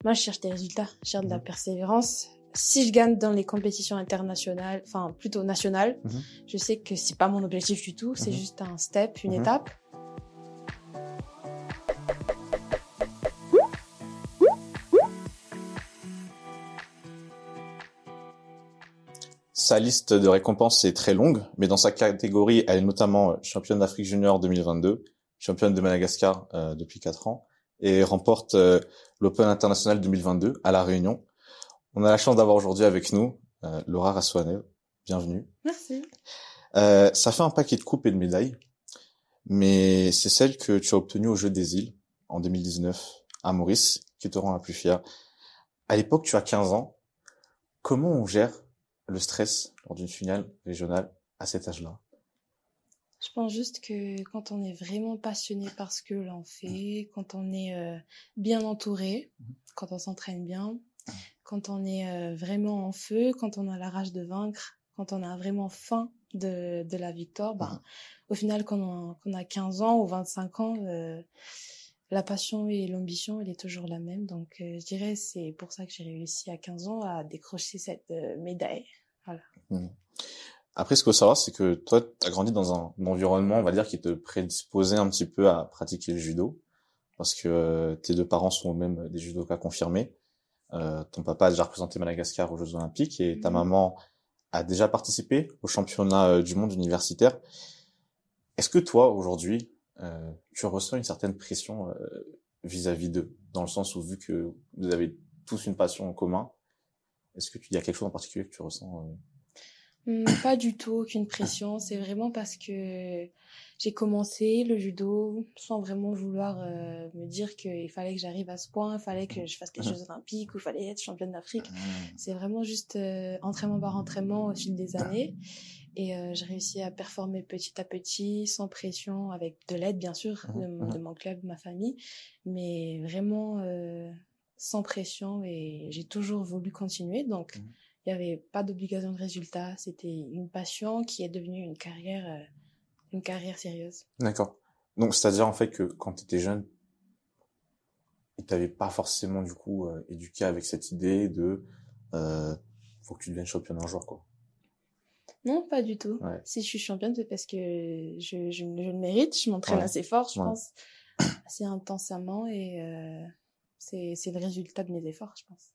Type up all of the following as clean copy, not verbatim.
Moi, je cherche des résultats, je cherche de la persévérance. Si je gagne dans les compétitions internationales, enfin plutôt nationales, je sais que c'est pas mon objectif du tout, c'est juste un step, une étape. Sa liste de récompenses est très longue, mais dans sa catégorie, elle est notamment championne d'Afrique junior 2022, championne de Madagascar depuis 4 ans, et remporte l'Open international 2022 à La Réunion. On a la chance d'avoir aujourd'hui avec nous Laura Rassouanev. Bienvenue. Merci. Ça fait un paquet de coupes et de médailles, mais c'est celle que tu as obtenue aux Jeux des Îles en 2019 à Maurice qui te rend la plus fière. À l'époque, tu as 15 ans. Comment on gère le stress lors d'une finale régionale à cet âge-là? Je pense juste que quand on est vraiment passionné par ce que l'on fait, quand on est bien entouré, quand on s'entraîne bien, quand on est vraiment en feu, quand on a la rage de vaincre, quand on a vraiment faim de la victoire, au final, quand on a 15 ans ou 25 ans, la passion et l'ambition, elle est toujours la même. Donc, je dirais c'est pour ça que j'ai réussi à 15 ans à décrocher cette médaille. Voilà. Après, ce qu'il faut savoir, c'est que toi, tu as grandi dans un environnement, on va dire, qui te prédisposait un petit peu à pratiquer le judo, parce que tes deux parents sont eux-mêmes des judokas confirmés. Ton papa a déjà représenté Madagascar aux Jeux Olympiques et ta maman a déjà participé au championnat du monde universitaire. Est-ce que toi, aujourd'hui, tu ressens une certaine pression vis-à-vis d'eux, dans le sens où, vu que vous avez tous une passion en commun, est-ce qu'il y a quelque chose en particulier que tu ressens Pas du tout, aucune pression. C'est vraiment parce que j'ai commencé le judo sans vraiment vouloir me dire qu'il fallait que j'arrive à ce point, il fallait que je fasse les Jeux Olympiques ou il fallait être championne d'Afrique. C'est vraiment juste entraînement par entraînement au fil des années. Et j'ai réussi à performer petit à petit, sans pression, avec de l'aide bien sûr de mon club, ma famille, mais vraiment sans pression, et j'ai toujours voulu continuer. Donc il n'y avait pas d'obligation de résultat, c'était une passion qui est devenue une carrière sérieuse. D'accord. Donc, c'est-à-dire en fait que quand tu étais jeune, ils t'avaient pas forcément du coup éduqué avec cette idée de faut que tu deviennes championne un jour, quoi. Non, pas du tout. Ouais. Si je suis championne, c'est parce que je le mérite, je m'entraîne assez fort, je pense, assez intensément, et c'est le résultat de mes efforts, je pense.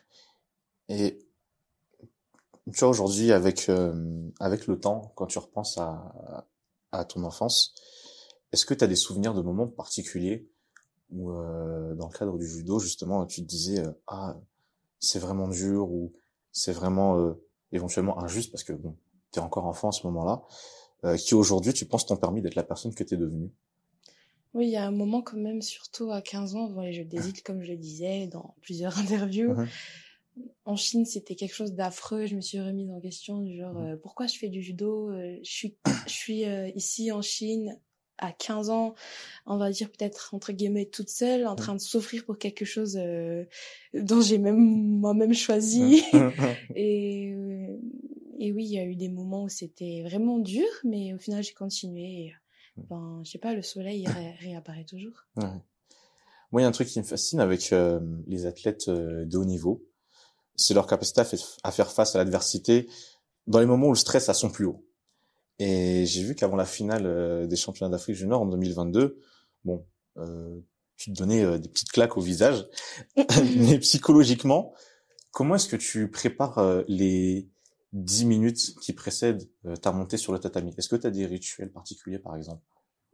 Et tu vois, aujourd'hui, avec le temps, quand tu repenses à ton enfance, est-ce que tu as des souvenirs de moments particuliers où, dans le cadre du judo, justement, tu te disais c'est vraiment dur, ou c'est vraiment éventuellement injuste, parce que bon, t'es encore enfant à ce moment-là, qui aujourd'hui, tu penses, t'ont permis d'être la personne que t'es devenue? Oui, il y a un moment quand même, surtout à 15 ans, avant les Jeux des Îles, comme je le disais dans plusieurs interviews. En Chine, c'était quelque chose d'affreux. Je me suis remise en question, du genre, pourquoi je fais du judo? Je suis ici en Chine à 15 ans, on va dire peut-être entre guillemets toute seule, en train de souffrir pour quelque chose dont j'ai même moi-même choisi. et, et oui, il y a eu des moments où c'était vraiment dur, mais au final, j'ai continué. Et, je sais pas, le soleil réapparaît toujours. Ouais. Moi, il y a un truc qui me fascine avec les athlètes de haut niveau, c'est leur capacité à faire face à l'adversité dans les moments où le stress a son plus haut. Et j'ai vu qu'avant la finale des championnats d'Afrique junior en 2022, bon, tu te donnais des petites claques au visage, mais psychologiquement, comment est-ce que tu prépares les 10 minutes qui précèdent ta montée sur le tatami? Est-ce que tu as des rituels particuliers, par exemple?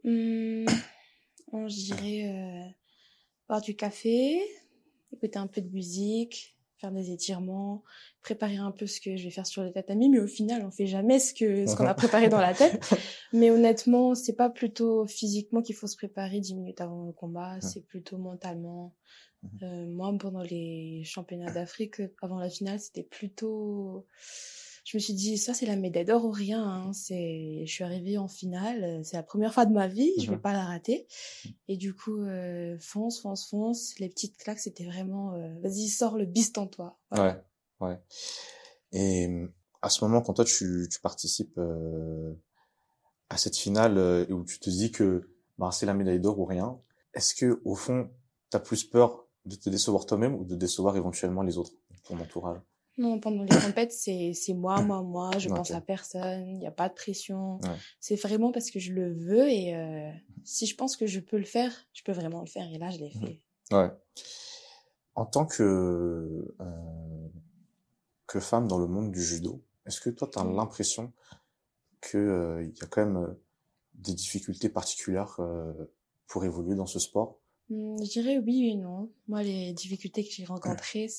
Je dirais boire du café, écouter un peu de musique, faire des étirements, préparer un peu ce que je vais faire sur le tatami, mais au final, on fait jamais ce qu'on a préparé dans la tête. Mais honnêtement, c'est pas plutôt physiquement qu'il faut se préparer 10 minutes avant le combat, c'est plutôt mentalement. Moi, pendant les championnats d'Afrique, avant la finale, c'était plutôt... Je me suis dit, ça, c'est la médaille d'or ou rien, hein. Je suis arrivée en finale, c'est la première fois de ma vie, je vais pas la rater. Et du coup, fonce. Les petites claques, c'était vraiment, vas-y, sors le beast en toi. Voilà. Ouais. Et à ce moment, quand toi, tu participes à cette finale où tu te dis que c'est la médaille d'or ou rien, est-ce que au fond, t'as plus peur de te décevoir toi-même ou de décevoir éventuellement les autres, ton entourage? Non, pendant les compètes, c'est moi, je pense Ok. à personne, il y a pas de pression. Ouais. C'est vraiment parce que je le veux et si je pense que je peux le faire, je peux vraiment le faire et là, je l'ai Mhm. fait. Ouais. En tant que femme dans le monde du judo, est-ce que toi, tu as Mm. l'impression que il y a quand même des difficultés particulières pour évoluer dans ce sport? Je dirais oui et non. Moi, les difficultés que j'ai rencontrées,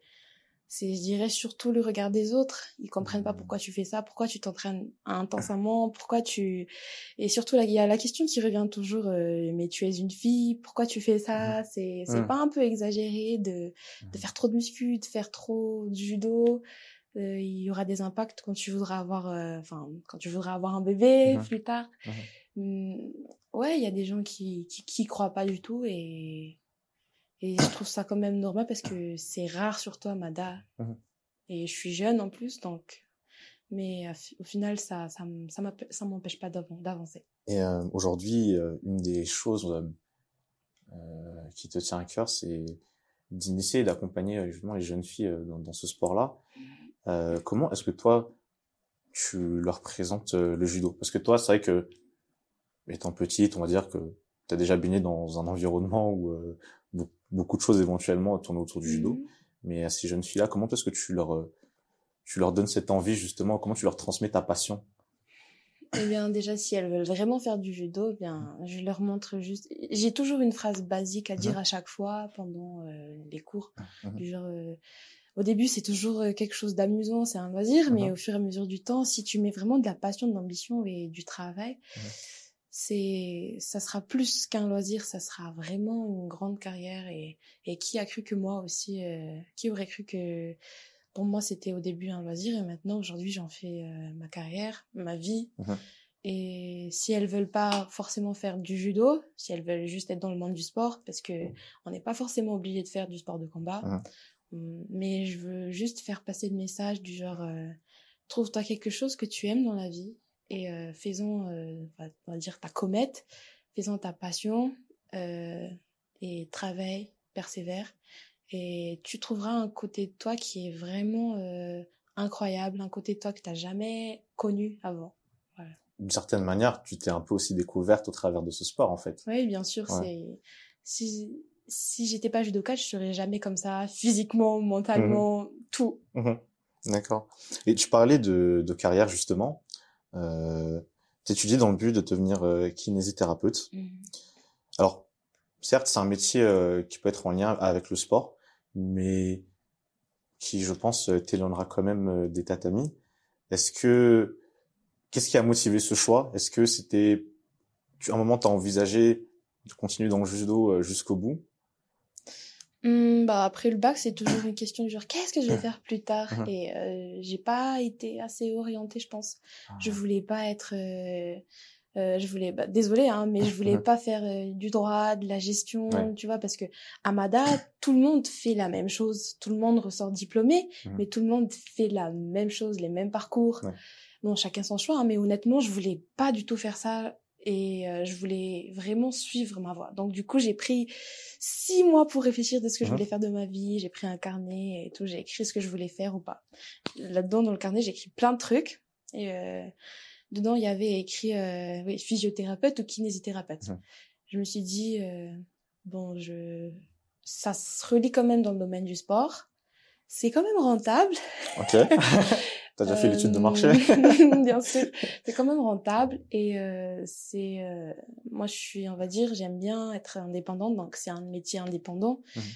je dirais surtout le regard des autres. Ils comprennent pas pourquoi tu fais ça, pourquoi tu t'entraînes intensément, et surtout là, il y a la question qui revient toujours, mais tu es une fille, pourquoi tu fais Mhm. ça? C'est Mhm. pas un peu exagéré de faire trop de muscu, de faire trop de judo? Il y aura des impacts quand tu voudras avoir, quand tu voudras avoir un bébé Mhm. plus tard. Mhm. Hum, ouais, il y a des gens qui croient pas du tout et je trouve ça quand même normal parce que c'est rare surtout à Mada. Mhm. Et je suis jeune en plus, donc. Mais au final, ça m'empêche pas d'avancer. Et aujourd'hui, une des choses qui te tient à cœur, c'est d'initier et d'accompagner justement les jeunes filles dans ce sport-là. Comment est-ce que toi, tu leur présentes le judo? Parce que toi, c'est vrai que, étant petite, on va dire que tu as déjà baigné dans un environnement où beaucoup de choses éventuellement tournent autour du judo. Mhm. Mais à ces jeunes filles-là, comment est-ce que tu leur donnes cette envie justement? Comment tu leur transmets ta passion? Eh bien, déjà, si elles veulent vraiment faire du judo, eh bien, je leur montre juste. J'ai toujours une phrase basique à dire Mhm. à chaque fois pendant les cours. Mhm. Du genre, au début, c'est toujours quelque chose d'amusant, c'est un loisir, mais Mhm. au fur et à mesure du temps, si tu mets vraiment de la passion, de l'ambition et du travail, Mhm. ça sera plus qu'un loisir, ça sera vraiment une grande carrière et qui a cru que moi aussi, qui aurait cru que pour moi c'était au début un loisir et maintenant aujourd'hui j'en fais ma carrière, ma vie. Mhm. Et si elles veulent pas forcément faire du judo, si elles veulent juste être dans le monde du sport, parce que on n'est pas forcément obligé de faire du sport de combat, Mhm. mais je veux juste faire passer le message du genre trouve-toi quelque chose que tu aimes dans la vie et faisons, on va dire ta comète, faisons ta passion et travaille, persévère et tu trouveras un côté de toi qui est vraiment incroyable, un côté de toi que tu n'as jamais connu avant. Voilà. D'une certaine manière, tu t'es un peu aussi découverte au travers de ce sport, en fait. Oui, bien sûr, Ouais. si j'étais pas judoka, je serais jamais comme ça, physiquement, Mhm. mentalement, tout. Mhm. D'accord. Et tu parlais de carrière, justement. T'étudies dans le but de devenir kinésithérapeute. Mhm. Alors, certes, c'est un métier qui peut être en lien avec le sport, mais qui, je pense, t'éloignera quand même des tatamis. Est-ce que, qu'est-ce qui a motivé ce choix? Est-ce que à un moment, t'as envisagé de continuer dans le judo jusqu'au bout? Bah après le bac, c'est toujours une question du genre qu'est-ce que je vais faire plus tard Mhm. et j'ai pas été assez orientée, je pense. Je voulais pas être je voulais désolée hein, mais je voulais Mhm. pas faire du droit, de la Ouais. gestion, tu vois parce que à Mada, tout le monde fait la même chose, tout le monde ressort diplômé, Mhm. mais tout le monde fait la même chose, les mêmes parcours. Ouais. Bon, chacun son choix, hein, mais honnêtement, je voulais pas du tout faire ça et je voulais vraiment suivre ma voie. Donc du coup, j'ai pris 6 mois pour réfléchir de ce que je Mhm. voulais faire de ma vie. J'ai pris un carnet et tout, j'ai écrit ce que je voulais faire ou pas. Là-dedans, dans le carnet, j'ai écrit plein de trucs et dedans, il y avait écrit oui, physiothérapeute ou kinésithérapeute. Mhm. Je me suis dit bon, ça se relie quand même dans le domaine du sport. C'est quand même rentable. Ok. T'as déjà fait l'étude de marché? Bien sûr, c'est quand même rentable et moi je suis, on va dire, j'aime bien être indépendante, donc c'est un métier indépendant Mhm.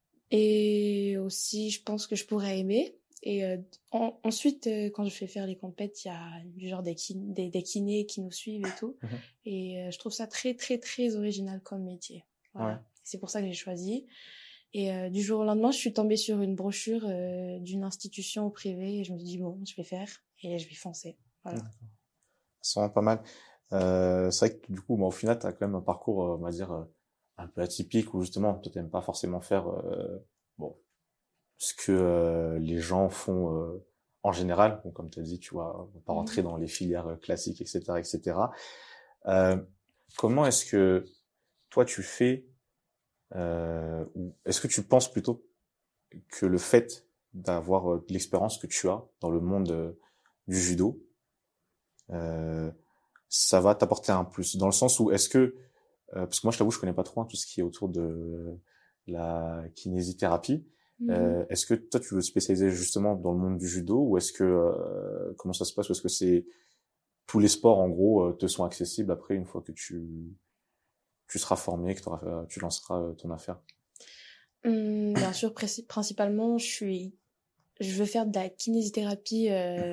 et aussi je pense que je pourrais aimer. Et ensuite, quand je fais faire les compètes, il y a du genre des kinés qui nous suivent et tout. Mhm. Et je trouve ça très, très, très original comme métier. Ouais. Voilà. C'est pour ça que j'ai choisi. Et du jour au lendemain, je suis tombée sur une brochure d'une institution privée et je me suis dit, bon, je vais faire et je vais foncer. Voilà. Mhm. C'est vraiment pas mal. C'est vrai que du coup, au final, t'as quand même un parcours, on va dire, un peu atypique où justement, toi, t'aimes pas forcément faire bon, ce que les gens font en général. Donc, comme tu as dit, tu vois, on va pas rentrer Mhm. dans les filières classiques, etc., etc. Euh, comment est-ce que toi, tu fais Ou est-ce que tu penses plutôt que le fait d'avoir de l'expérience que tu as dans le monde du judo, euh, ça va t'apporter un plus, dans le sens où est-ce que parce que moi je t'avoue je connais pas trop tout ce qui est autour de la kinésithérapie. Est-ce que toi tu veux te spécialiser justement dans le monde du judo, ou est-ce que comment ça se passe, ou est-ce que c'est tous les sports en gros te sont accessibles après une fois que tu seras formé, que tu lanceras ton affaire? Bien sûr, principalement, je veux faire de la kinésithérapie,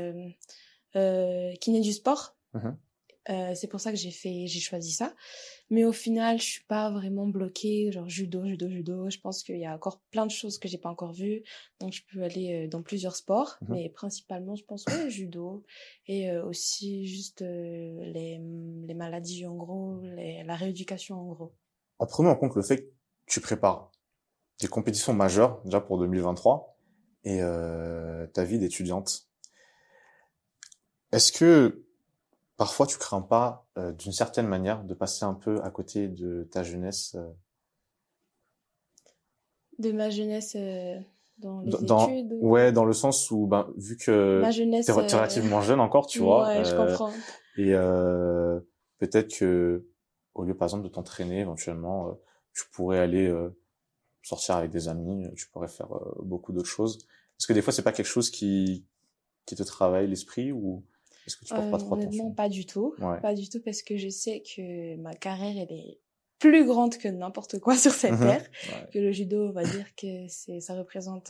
kiné du sport. C'est pour ça que j'ai choisi ça. Mais au final, je suis pas vraiment bloquée, genre judo. Je pense qu'il y a encore plein de choses que j'ai pas encore vues. Donc, je peux aller dans plusieurs sports. Mais principalement, je pense, ouais, judo. Et aussi juste les maladies, en gros, la rééducation, en gros. En prenant en compte le fait que tu prépares des compétitions majeures, déjà pour 2023, et ta vie d'étudiante, est-ce que parfois tu crains pas, d'une certaine manière, de passer un peu à côté de ta jeunesse, De ma jeunesse dans les études ouais, dans le sens où, ben, vu que ma jeunesse t'es relativement jeune encore, tu vois, ouais, je comprends. et peut-être que au lieu, par exemple, de t'entraîner éventuellement, tu pourrais aller sortir avec des amis, tu pourrais faire beaucoup d'autres choses. Est-ce que des fois c'est pas quelque chose qui te travaille l'esprit, ou est-ce que tu portes pas trop Honnêtement, attention? pas du tout. Ouais. Pas du tout, parce que je sais que ma carrière, elle est plus grande que n'importe quoi sur cette terre. Ouais. Que le judo, on va dire que ça représente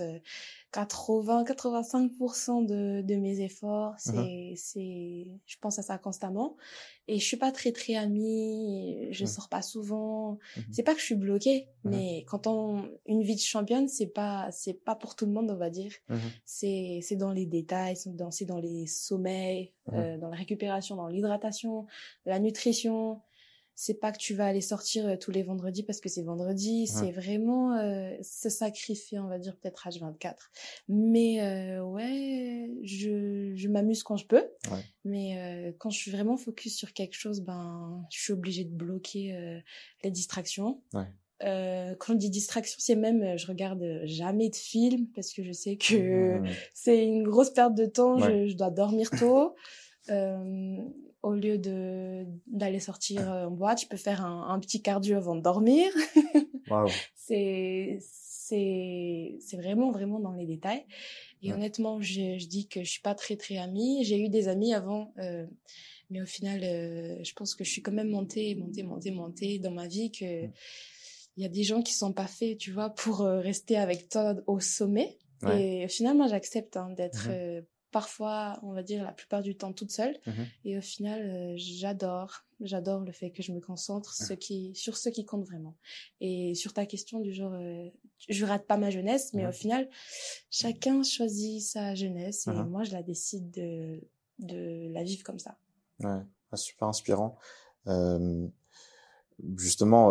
85% de mes efforts. Je pense à ça constamment. Et je suis pas très amie, je sors pas souvent. C'est pas que je suis bloquée, mais une vie de championne, c'est pas pour tout le monde, on va dire. C'est dans les détails, c'est dans les sommeils, dans la récupération, dans l'hydratation, la nutrition. C'est pas que tu vas aller sortir tous les vendredis parce que c'est vendredi. C'est vraiment se sacrifier, on va dire, peut-être H24. Mais ouais, je m'amuse quand je peux. Ouais. Mais quand je suis vraiment focus sur quelque chose, ben, je suis obligée de bloquer les distractions. Ouais. Quand je dis distraction, c'est même, je regarde jamais de films parce que je sais que c'est une grosse perte de temps. Ouais. Je dois dormir tôt. Au lieu d'aller sortir en boîte, je peux faire un petit cardio avant de dormir. Wow. C'est vraiment dans les détails. Et honnêtement, je dis que je suis pas très amie. J'ai eu des amis avant, mais au final, je pense que je suis quand même montée dans ma vie, que il y a des gens qui sont pas faits, tu vois, pour rester avec toi au sommet. Et finalement, j'accepte d'être parfois, on va dire, la plupart du temps toute seule. Et au final, j'adore le fait que je me concentre sur ce qui compte vraiment. Et sur ta question du genre, je rate pas ma jeunesse, mais au final, chacun choisit sa jeunesse, et moi, je la décide de la vivre comme ça. Ouais, super inspirant. Justement,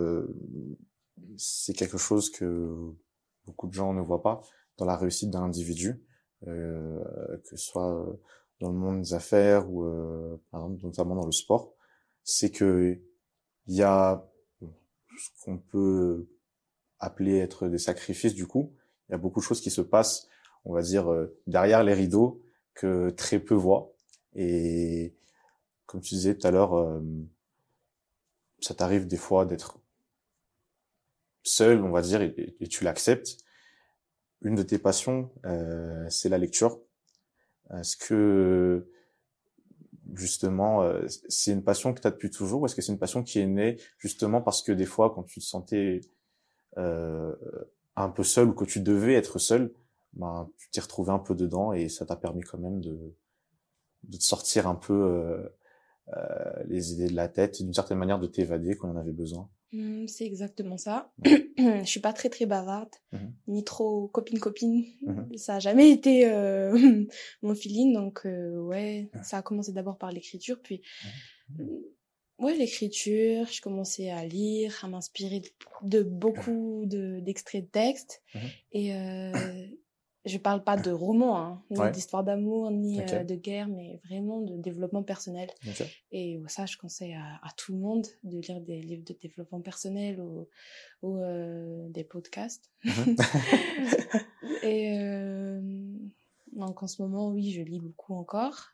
c'est quelque chose que beaucoup de gens ne voient pas dans la réussite d'un individu, que ce soit dans le monde des affaires ou par exemple, notamment dans le sport. C'est que il y a ce qu'on peut appeler être des sacrifices. Du coup, il y a beaucoup de choses qui se passent, on va dire, derrière les rideaux, que très peu voient. Et comme tu disais tout à l'heure, ça t'arrive des fois d'être seul, on va dire, et tu l'acceptes. Une de tes passions, c'est la lecture. Est-ce que justement, c'est une passion que tu as depuis toujours, ou est-ce que c'est une passion qui est née justement parce que des fois, quand tu te sentais un peu seul, ou que tu devais être seul, ben tu t'es retrouvé un peu dedans, et ça t'a permis quand même de te sortir un peu les idées de la tête, d'une certaine manière de t'évader quand on en avait besoin? C'est exactement ça. Je suis pas très bavarde, ni trop copine. Ça a jamais été mon feeling, donc ouais, ça a commencé d'abord par l'écriture, puis ouais, l'écriture, je commençais à lire, à m'inspirer de beaucoup d'extraits de textes, et je parle pas de romans, hein, ni Ouais. d'histoire d'amour, ni Ok. de guerre, mais vraiment de développement personnel. Ok. Et ça, je conseille à tout le monde de lire des livres de développement personnel ou des podcasts. Mhm. Et donc en ce moment, oui, je lis beaucoup encore.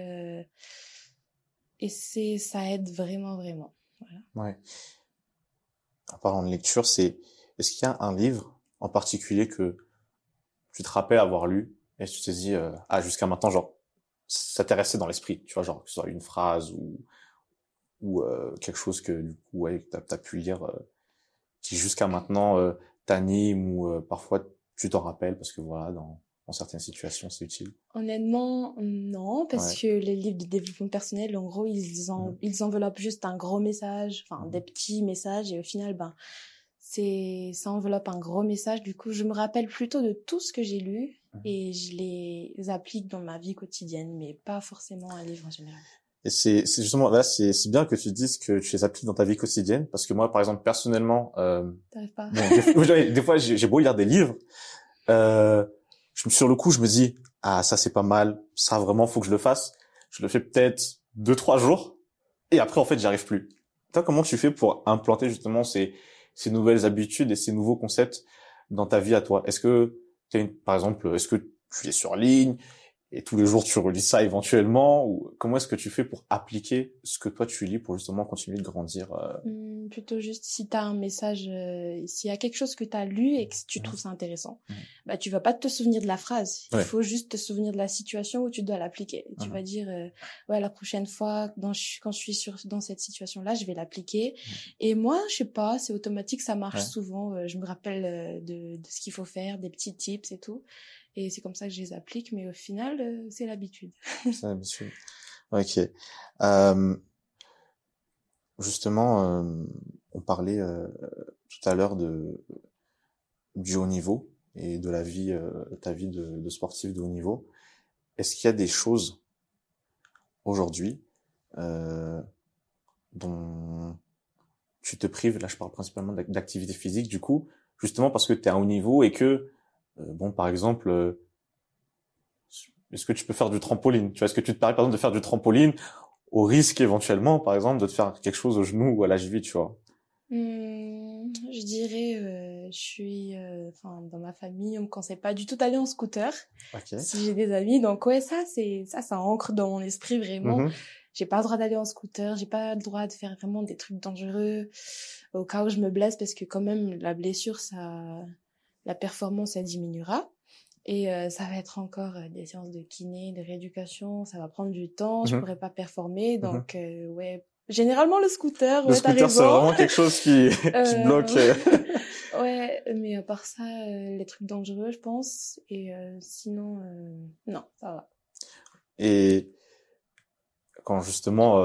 Et ça aide vraiment, vraiment. Voilà. Ouais. En parlant de lecture, est-ce qu'il y a un livre en particulier que tu te rappelles avoir lu et tu te dis, jusqu'à maintenant, genre, ça t'est resté dans l'esprit, tu vois, genre, que ce soit une phrase ou quelque chose que, du coup, ouais, que t'as pu lire, qui jusqu'à maintenant, t'anime ou parfois tu t'en rappelles parce que voilà, dans certaines situations, c'est utile. Honnêtement, non, parce Ouais. que les livres de développement personnel, en gros, Mhm. ils enveloppent juste un gros message, enfin, Mhm. des petits messages, et au final, ça enveloppe un gros message. Du coup, je me rappelle plutôt de tout ce que j'ai lu et je les applique dans ma vie quotidienne, mais pas forcément un livre en général. Et c'est justement là, c'est bien que tu dises que tu les appliques dans ta vie quotidienne, parce que moi, par exemple, personnellement, T'arrives pas? bon, des fois, j'ai beau lire des livres, sur le coup, je me dis, ah, ça c'est pas mal, ça vraiment, faut que je le fasse. Je le fais peut-être 2-3 jours, et après, en fait, j'y arrive plus. Toi, comment tu fais pour implanter justement ces nouvelles habitudes et ces nouveaux concepts dans ta vie à toi? Est-ce que par exemple, est-ce que tu es sur ligne et tous les jours tu relis ça éventuellement, ou comment est-ce que tu fais pour appliquer ce que toi tu lis pour justement continuer de grandir Plutôt juste si t'as un message, s'il y a quelque chose que t'as lu et que tu trouves ça intéressant, tu vas pas te souvenir de la phrase. Il Ouais. faut juste te souvenir de la situation où tu dois l'appliquer. Et tu vas dire, ouais, la prochaine fois, quand je suis dans cette situation-là, je vais l'appliquer. Et moi, je sais pas, c'est automatique, ça marche souvent. Je me rappelle de ce qu'il faut faire, des petits tips et tout. Et c'est comme ça que je les applique. Mais au final, c'est l'habitude. C'est l'habitude. Ok. Justement, on parlait tout à l'heure du haut niveau et de la vie, ta vie de sportif de haut niveau. Est-ce qu'il y a des choses aujourd'hui dont tu te prives? Là, je parle principalement d'activité physique, du coup, justement parce que tu es à haut niveau et que, bon, par exemple, est-ce que tu peux faire du trampoline? Tu vois, est-ce que tu te permets, par exemple, de faire du trampoline au risque éventuellement, par exemple, de te faire quelque chose au genou ou à la cheville, tu vois? Je dirais, je suis, dans ma famille, on me conseille pas du tout d'aller en scooter. Ok. Si j'ai des amis, donc ouais, ça ancre dans mon esprit vraiment. Mhm. J'ai pas le droit d'aller en scooter, j'ai pas le droit de faire vraiment des trucs dangereux au cas où je me blesse parce que quand même la blessure, la performance, elle diminuera. Et ça va être encore des séances de kiné, de rééducation, ça va prendre du temps, je Mhm. pourrais pas performer, Mhm. donc ouais. Généralement le scooter, Le ouais, t'as scooter, c'est raison. vraiment quelque chose qui qui bloque. Ouais, mais à part ça, les trucs dangereux, je pense. Et sinon, non, ça va. Et quand justement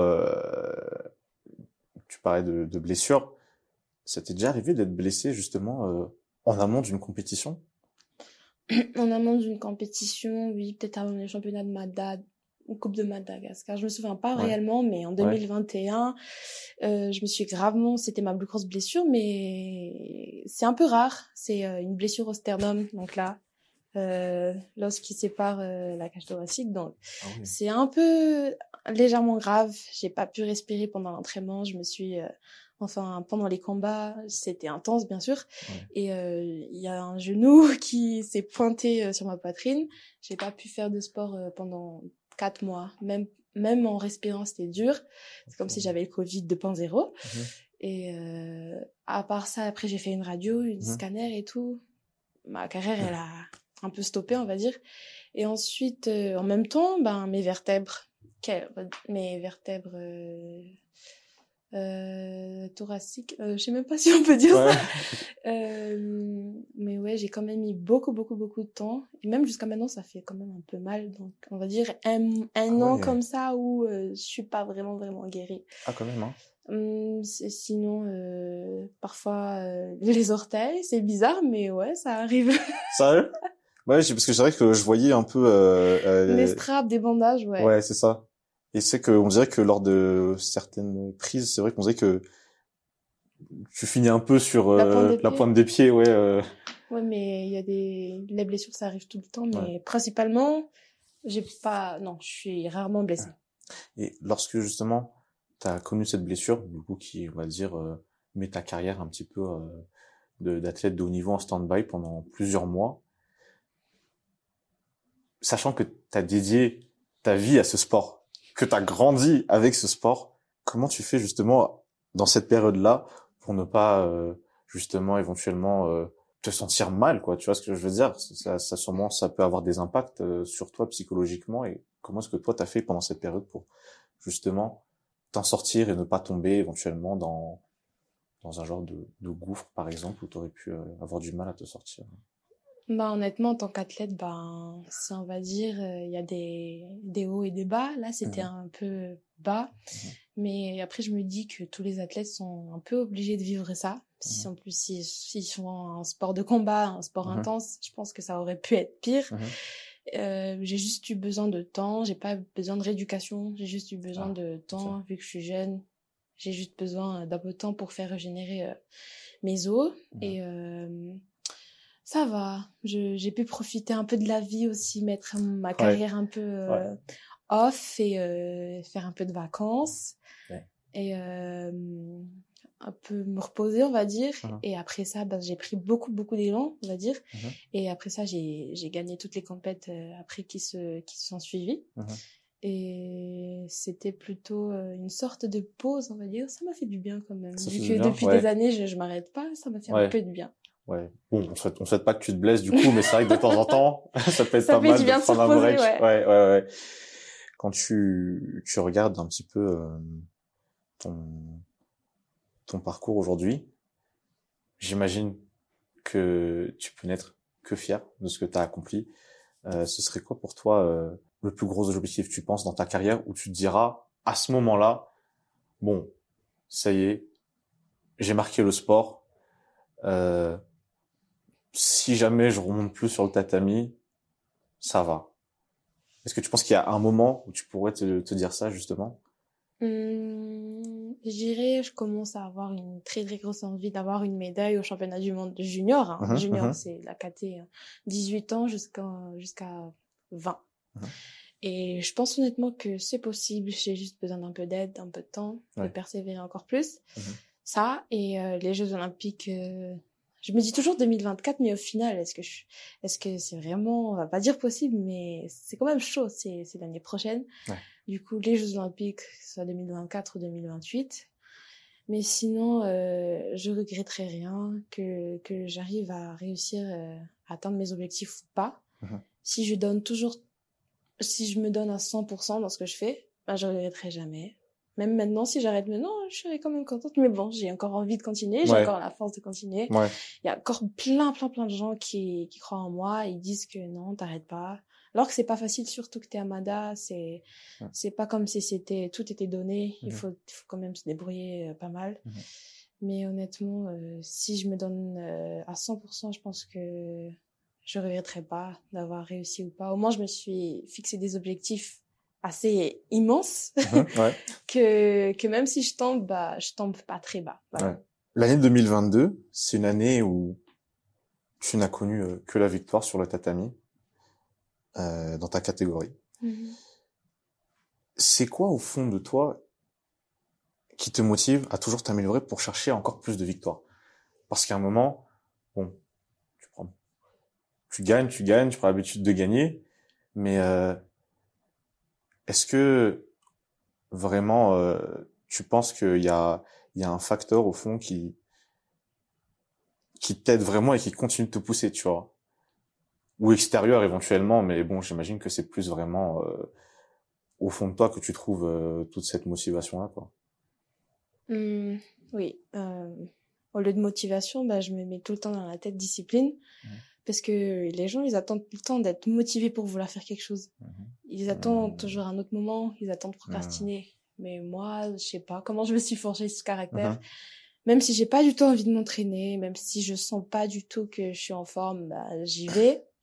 tu parlais de blessures, ça t'est déjà arrivé d'être blessé justement en amont d'une compétition? En amont d'une compétition, oui, peut-être avant les championnats de ou Coupe de Madagascar. Je me souviens pas Ouais. réellement, mais en Ouais. 2021, je me suis gravement, c'était ma plus grosse blessure, mais c'est un peu rare. C'est une blessure au sternum, donc là, l'os qui sépare la cage thoracique. Donc, Ah oui. c'est un peu légèrement grave. J'ai pas pu respirer pendant l'entraînement. Je me suis, pendant les combats, c'était intense, bien sûr. Ouais. Et il y a un genou qui s'est pointé sur ma poitrine. J'ai pas pu faire de sport pendant 4 mois. Même en respirant, c'était dur. C'est comme si j'avais le Covid 2.0. Et à part ça, après, j'ai fait une radio, une scanner et tout. Ma carrière, elle a un peu stoppé, on va dire. Et ensuite, en même temps, mes vertèbres, thoraciques, je sais même pas si on peut dire ça. Mais ouais, j'ai quand même mis beaucoup, beaucoup, beaucoup de temps. Et même jusqu'à maintenant, ça fait quand même un peu mal. Donc, on va dire un an comme ça où je suis pas vraiment, vraiment guérie. Ah, quand même, hein. Sinon, parfois, les orteils, c'est bizarre, mais ouais, ça arrive. Sérieux? Ouais, parce que c'est vrai que je voyais un peu Des straps, des bandages, ouais. Ouais, c'est ça. Et c'est que on dirait que lors de certaines prises, c'est vrai qu'on dirait que tu finis un peu sur La pointe des pieds, ouais. Ouais, mais il y a les blessures, ça arrive tout le temps, mais Ouais. principalement, non, je suis rarement blessée. Et lorsque justement t'as connu cette blessure, du coup qui, on va dire, met ta carrière un petit peu d'athlète de haut niveau en stand-by pendant plusieurs mois, sachant que t'as dédié ta vie à ce sport, que t'as grandi avec ce sport, comment tu fais justement dans cette période-là pour ne pas justement éventuellement te sentir mal, quoi? Tu vois ce que je veux dire? Ça sûrement, ça peut avoir des impacts sur toi psychologiquement. Et comment est-ce que toi t'as fait pendant cette période pour justement t'en sortir et ne pas tomber éventuellement dans un genre de gouffre, par exemple, où t'aurais pu avoir du mal à te sortir? Bah, honnêtement, en tant qu'athlète, on va dire, il y a des hauts et des bas. Là, c'était Mhm. un peu bas. Mhm. Mais après, je me dis que tous les athlètes sont un peu obligés de vivre ça. Si Mhm. en plus, s'ils font un sport de combat, un sport Mhm. intense, je pense que ça aurait pu être pire. Mhm. J'ai juste eu besoin de temps. J'ai pas besoin de rééducation. J'ai juste eu besoin Ah, de ok. temps, vu que je suis jeune. J'ai juste besoin d'un peu de temps pour faire régénérer mes os. Mhm. Et ça va. J'ai pu profiter un peu de la vie aussi, mettre ma Ouais, carrière un peu ouais, off et faire un peu de vacances ouais. et un peu me reposer, on va dire. Mhm. Et après ça, j'ai pris beaucoup d'élan, on va dire. Mhm. Et après ça, j'ai gagné toutes les compètes après qui se sont suivies. Mhm. Et c'était plutôt une sorte de pause, on va dire. Ça m'a fait du bien quand même. Ça Vu fait du que bien, depuis des ouais, années, je m'arrête pas, ça m'a fait un ouais, peu de bien. ouais. Bon, on souhaite pas que tu te blesses du coup, mais c'est vrai que de temps en temps, ça peut être Ça pas fait mal du de bien de se prendre un reposer, break. ouais. Ouais, ouais, ouais. Quand tu regardes un petit peu ton, ton parcours aujourd'hui, j'imagine que tu peux n'être que fier de ce que tu as accompli. Ce serait quoi pour toi le plus gros objectif, tu penses, dans ta carrière où tu te diras, à ce moment-là, bon, ça y est, j'ai marqué le sport. Euh, si jamais je remonte plus sur le tatami, ça va. Est-ce que tu penses qu'il y a un moment où tu pourrais te dire ça, justement? Je dirais, je commence à avoir une très grosse envie d'avoir une médaille au championnat du monde junior. Hein. Mhm, Junior, mhm, c'est la caté 18 ans jusqu'à 20. mhm. Et je pense honnêtement que c'est possible. J'ai juste besoin d'un peu d'aide, d'un peu de temps, de Ouais. persévérer encore plus. Mhm. Ça, et les Jeux Olympiques, je me dis toujours 2024, mais au final, est-ce que c'est vraiment, on va pas dire possible, mais c'est quand même chaud, c'est l'année prochaine. Ouais. Du coup, les Jeux Olympiques, soit 2024 ou 2028. Mais sinon, je regretterai rien que j'arrive à réussir à atteindre mes objectifs ou pas. Mhm. Si si je me donne à 100% dans ce que je fais, je regretterai jamais. Même maintenant, si j'arrête maintenant, je serai quand même contente. Mais bon, j'ai encore envie de continuer, j'ai Ouais, encore la force de continuer. ouais. Il y a encore plein de gens qui croient en moi, ils disent que non, t'arrêtes pas. Alors que c'est pas facile, surtout que t'es Amada, Ouais. c'est pas comme si tout était donné. Mhm. Il faut quand même se débrouiller pas mal. Mhm. Mais honnêtement, si je me donne à 100%, je pense que je regretterai pas d'avoir réussi ou pas. Au moins, je me suis fixé des objectifs assez immenses Mhm. Ouais. que même si je tombe pas très bas. Voilà. Ouais. L'année 2022, c'est une année où tu n'as connu que la victoire sur le tatami dans ta catégorie. Mhm. C'est quoi au fond de toi qui te motive à toujours t'améliorer pour chercher encore plus de victoires? Parce qu'à un moment, bon, tu prends, tu prends l'habitude de gagner, mais est-ce que vraiment tu penses il y a un facteur au fond qui t'aide vraiment et qui continue de te pousser, tu vois? Ou extérieur éventuellement, mais bon, j'imagine que c'est plus vraiment au fond de toi que tu trouves toute cette motivation-là, quoi. Hum, oui. Au lieu de motivation, je me mets tout le temps dans la tête discipline. Mhm. Parce que les gens, ils attendent tout le temps d'être motivés pour vouloir faire quelque chose. Mhm. Ils attendent toujours un autre moment, ils attendent Mhm. procrastiner. Mais moi, je sais pas comment je me suis forgé ce caractère. Mhm. Même si j'ai pas du tout envie de m'entraîner, même si je sens pas du tout que je suis en forme, j'y vais.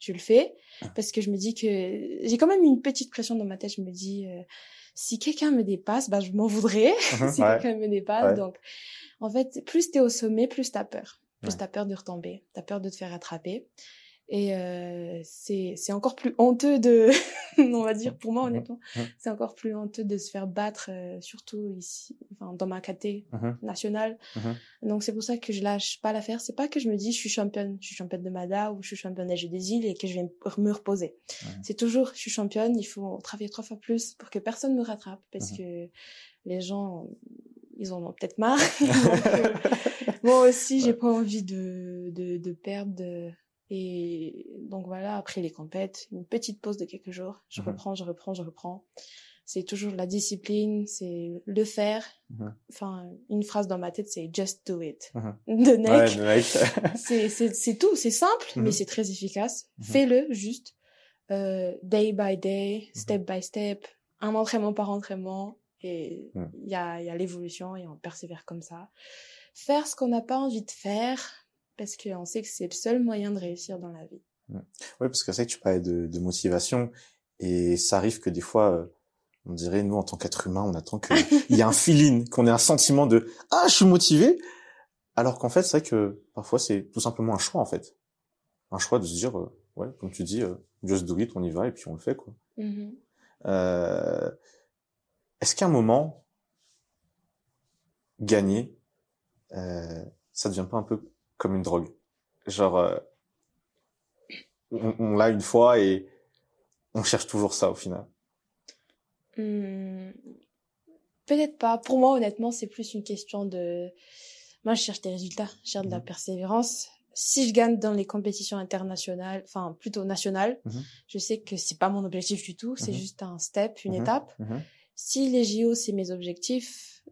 je le fais parce que je me dis que j'ai quand même une petite pression dans ma tête. Je me dis si quelqu'un me dépasse, bah je m'en voudrais si quelqu'un me dépasse. Donc en fait, plus t'es au sommet, plus t'as peur. Plus t'as peur de retomber, t'as peur de te faire attraper. Et c'est encore plus honteux de, on va dire pour moi honnêtement, c'est encore plus honteux de se faire battre, surtout ici, enfin dans ma caté nationale. Donc c'est pour ça que je lâche pas l'affaire. C'est pas que je me dis je suis championne de Mada ou je suis championne des Jeux des îles et que je vais me reposer. C'est toujours je suis championne, il faut travailler 3 fois plus pour que personne me rattrape parce que les gens ils en ont peut-être marre. Donc, moi aussi j'ai pas envie de perdre. Et donc voilà, après les compètes, une petite pause de quelques jours, je reprends. C'est toujours la discipline, c'est le faire. Enfin, une phrase dans ma tête, c'est just do it. De Nike. C'est tout, c'est simple, mais c'est très efficace. Fais-le juste, day by day, step by step, un entraînement par entraînement, et il y a l'évolution et on persévère comme ça. Faire ce qu'on n'a pas envie de faire, parce qu'on sait que c'est le seul moyen de réussir dans la vie. Oui, parce que c'est vrai que tu parlais de motivation, et ça arrive que des fois, on dirait, nous, en tant qu'être humain, on attend qu'il y ait un feeling, qu'on ait un sentiment de « Ah, je suis motivé !» Alors qu'en fait, c'est vrai que parfois, c'est tout simplement un choix, en fait. Un choix de se dire, ouais, comme tu dis, just do it, on y va, et puis on le fait, quoi. Est-ce qu'à un moment, gagner, ça devient pas un peu comme une drogue? Genre, on l'a une fois et on cherche toujours ça au final. Peut-être pas. Pour moi, honnêtement, c'est plus une question de... Moi, je cherche des résultats, je cherche de la persévérance. Si je gagne dans les compétitions internationales, enfin plutôt nationales, je sais que c'est pas mon objectif du tout, c'est juste un step, une étape. Si les JO, c'est mes objectifs,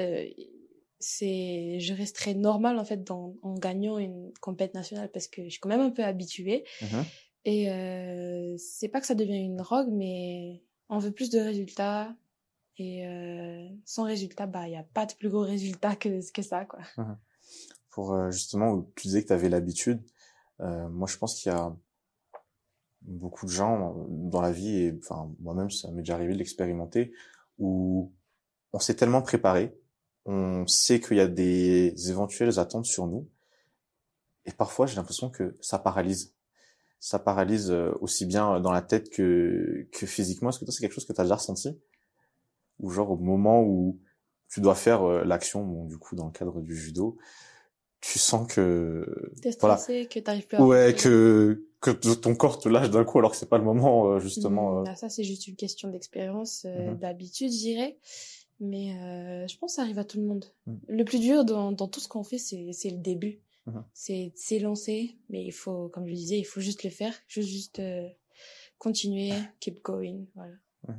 je resterai normal en fait en gagnant une compétition nationale parce que je suis quand même un peu habituée. Et c'est pas que ça devient une drogue, mais on veut plus de résultats. Et sans résultat, bah il y a pas de plus gros résultat que ça, quoi. Pour justement, où tu disais que tu avais l'habitude, moi je pense qu'il y a beaucoup de gens dans la vie, et enfin moi-même ça m'est déjà arrivé de l'expérimenter, où on s'est tellement préparé, on sait qu'il y a des éventuelles attentes sur nous, et parfois j'ai l'impression que ça paralyse. Ça paralyse aussi bien dans la tête que physiquement. Est-ce que toi c'est quelque chose que tu as déjà ressenti? Ou genre au moment où tu dois faire l'action, bon, du coup dans le cadre du judo, tu sens que t'es stressé, que t'arrives plus à ouais, que ton corps te lâche d'un coup alors que c'est pas le moment justement. Ça c'est juste une question d'expérience, d'habitude, je dirais. Mais je pense que ça arrive à tout le monde. Le plus dur dans tout ce qu'on fait, c'est le début. C'est s'élancer, mais il faut, comme je disais, il faut juste le faire, juste continuer, keep going, voilà.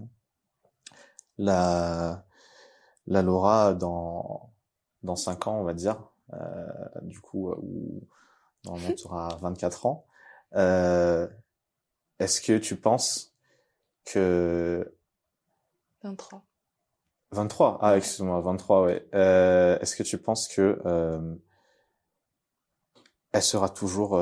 La Laura dans 5 ans, on va dire, du coup, où normalement tu auras 24 ans, est-ce que tu penses que 23. 23? Ah, excuse-moi, 23, ouais. Est-ce que tu penses que elle sera toujours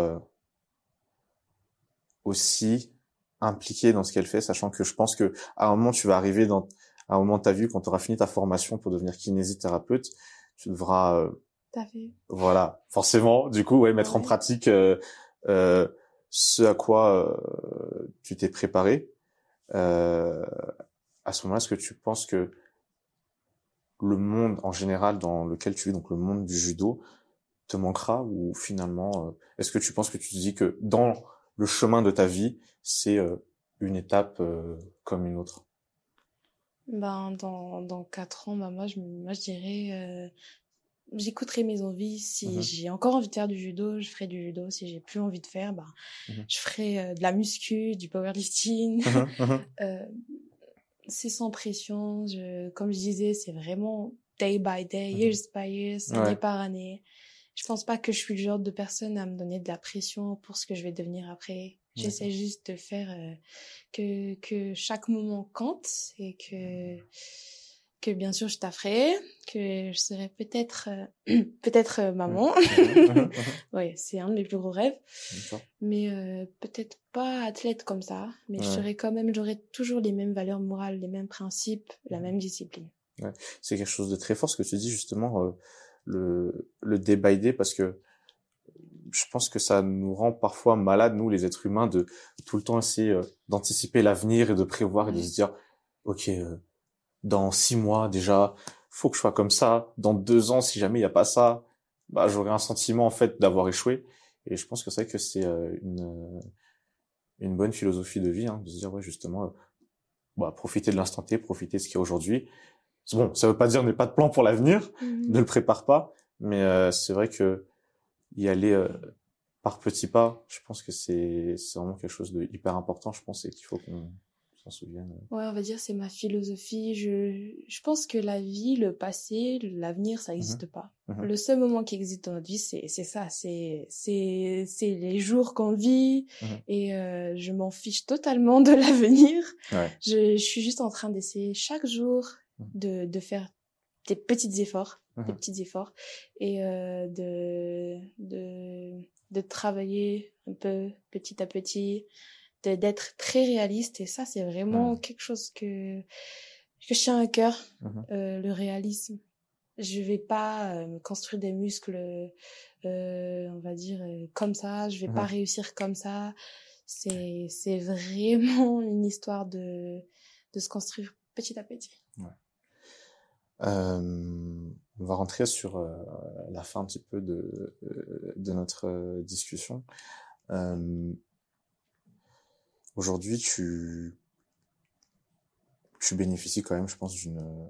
aussi impliquée dans ce qu'elle fait, sachant que je pense que à un moment tu vas arriver à un moment de ta vie quand tu auras fini ta formation pour devenir kinésithérapeute, tu devras voilà, forcément, du coup, ouais, mettre en pratique ce à quoi tu t'es préparé. À ce moment-là, est-ce que tu penses que le monde en général dans lequel tu es, donc le monde du judo, te manquera, ou finalement, est-ce que tu penses que tu te dis que dans le chemin de ta vie, c'est une étape comme une autre? Ben, dans 4 ans, bah, moi, je dirais, j'écouterai mes envies. Si j'ai encore envie de faire du judo, je ferai du judo. Si j'ai plus envie de faire, bah, je ferai de la muscu, du powerlifting. C'est sans pression. Comme je disais, c'est vraiment day by day, years by years, année par année. Je pense pas que je suis le genre de personne à me donner de la pression pour ce que je vais devenir après. J'essaie juste de faire que chaque moment compte et que que bien sûr je tafferai, que je serai peut-être peut-être maman. Ouais, c'est un de mes plus gros rêves. Mais peut-être pas athlète comme ça, mais je serai quand même, j'aurai toujours les mêmes valeurs morales, les mêmes principes, la même discipline. Ouais. C'est quelque chose de très fort ce que tu dis justement, le day by day, parce que je pense que ça nous rend parfois malades, nous les êtres humains, de tout le temps essayer d'anticiper l'avenir et de prévoir et de se dire ok, dans 6 mois déjà faut que je sois comme ça, dans 2 ans si jamais il y a pas ça, bah j'aurai un sentiment en fait d'avoir échoué. Et je pense que c'est vrai que c'est une bonne philosophie de vie, hein, de se dire ouais justement bah profiter de l'instant T, profiter de ce qu'il y a aujourd'hui. Bon, ça veut pas dire n'aie pas de plan pour l'avenir, ne le prépare pas, mais c'est vrai que y aller par petits pas, je pense que c'est vraiment quelque chose de hyper important, je pense, et qu'il faut qu'on s'en souvienne. Ouais, on va dire c'est ma philosophie. Je pense que la vie, le passé, l'avenir, ça n'existe pas. Le seul moment qui existe dans notre vie, c'est ça, c'est les jours qu'on vit et je m'en fiche totalement de l'avenir. Je suis juste en train d'essayer chaque jour de faire des petits efforts, et de travailler un peu petit à petit, d'être très réaliste. Et ça, c'est vraiment quelque chose que je tiens à cœur, le réalisme. Je vais pas me construire des muscles, on va dire, comme ça. Je vais pas réussir comme ça. C'est vraiment une histoire de se construire petit à petit. On va rentrer sur la fin un petit peu de notre discussion. Aujourd'hui, tu bénéficies quand même, je pense,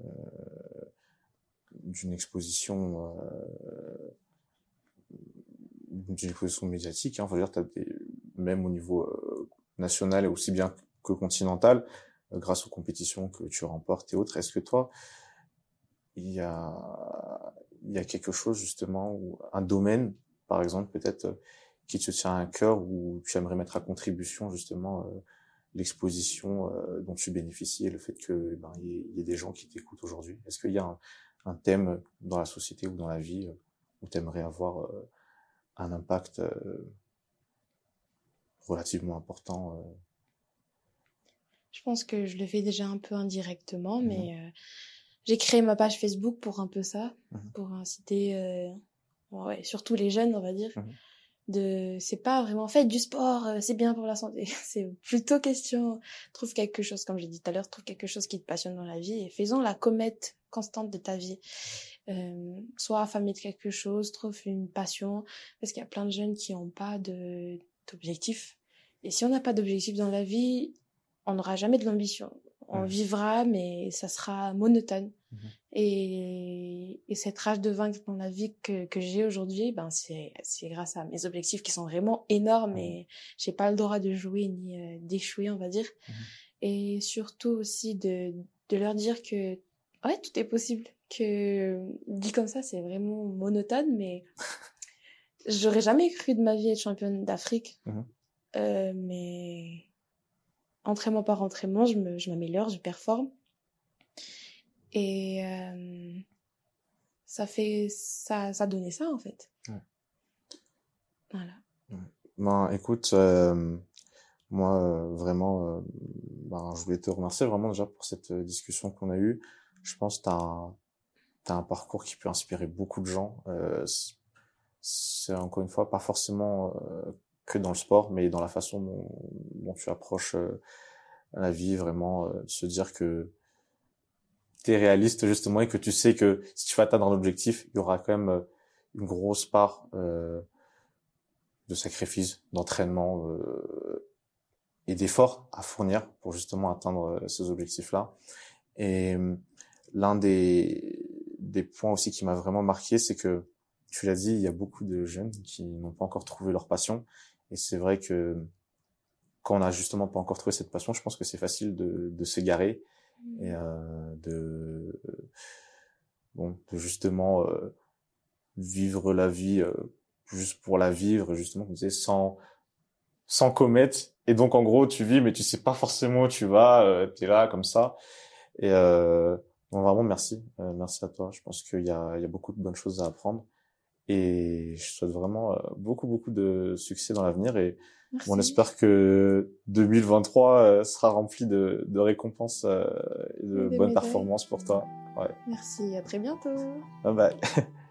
d'une exposition médiatique, hein. Faut dire, même au niveau national et aussi bien que continental, grâce aux compétitions que tu remportes et autres. Est-ce que toi, il y a quelque chose justement, ou un domaine, par exemple, peut-être qui te tient à cœur, où tu aimerais mettre à contribution justement l'exposition dont tu bénéficies et le fait que y ait des gens qui t'écoutent aujourd'hui? Est-ce qu'il y a un thème dans la société ou dans la vie où tu aimerais avoir un impact relativement important? Je pense que je le fais déjà un peu indirectement, mais j'ai créé ma page Facebook pour un peu ça, pour inciter surtout les jeunes, on va dire. C'est pas vraiment faites du sport, c'est bien pour la santé. C'est plutôt question, trouve quelque chose, comme j'ai dit tout à l'heure, trouve quelque chose qui te passionne dans la vie et faisons la comète constante de ta vie. Sois affamé de quelque chose, trouve une passion, parce qu'il y a plein de jeunes qui ont pas d'objectif. Et si on n'a pas d'objectif dans la vie, on n'aura jamais de l'ambition. On vivra, mais ça sera monotone. Et cette rage de vaincre dans la vie que j'ai aujourd'hui, c'est grâce à mes objectifs qui sont vraiment énormes et j'ai pas le droit de jouer ni d'échouer, on va dire. Et surtout aussi de leur dire que ouais, tout est possible. Que dit comme ça, c'est vraiment monotone, mais j'aurais jamais cru de ma vie être championne d'Afrique. Mais entraînement par entraînement, je m'améliore, je performe. Et ça donnait ça en fait. Voilà. Ben écoute, moi vraiment, je voulais te remercier vraiment déjà pour cette discussion qu'on a eue. Je pense que t'as un parcours qui peut inspirer beaucoup de gens. C'est encore une fois pas forcément que dans le sport, mais dans la façon dont tu approches la vie, vraiment se dire que t'es réaliste justement et que tu sais que si tu vas atteindre un objectif, il y aura quand même une grosse part de sacrifice, d'entraînement et d'efforts à fournir pour justement atteindre ces objectifs-là. Et l'un des points aussi qui m'a vraiment marqué, c'est que tu l'as dit, il y a beaucoup de jeunes qui n'ont pas encore trouvé leur passion. Et c'est vrai que quand on n'a justement pas encore trouvé cette passion, je pense que c'est facile de s'égarer et de justement vivre la vie juste pour la vivre, justement, comme tu disais, sans commettre. Et donc en gros tu vis mais tu sais pas forcément où tu vas, t'es là comme ça. Et Non, vraiment, merci. Merci à toi. Je pense qu'il y a beaucoup de bonnes choses à apprendre. Et je souhaite vraiment beaucoup de succès dans l'avenir. Et on Merci. espère que 2023 sera rempli de récompenses et Et de des bonnes médailles. performances pour toi. Ouais. Merci, à très bientôt. Bye bye.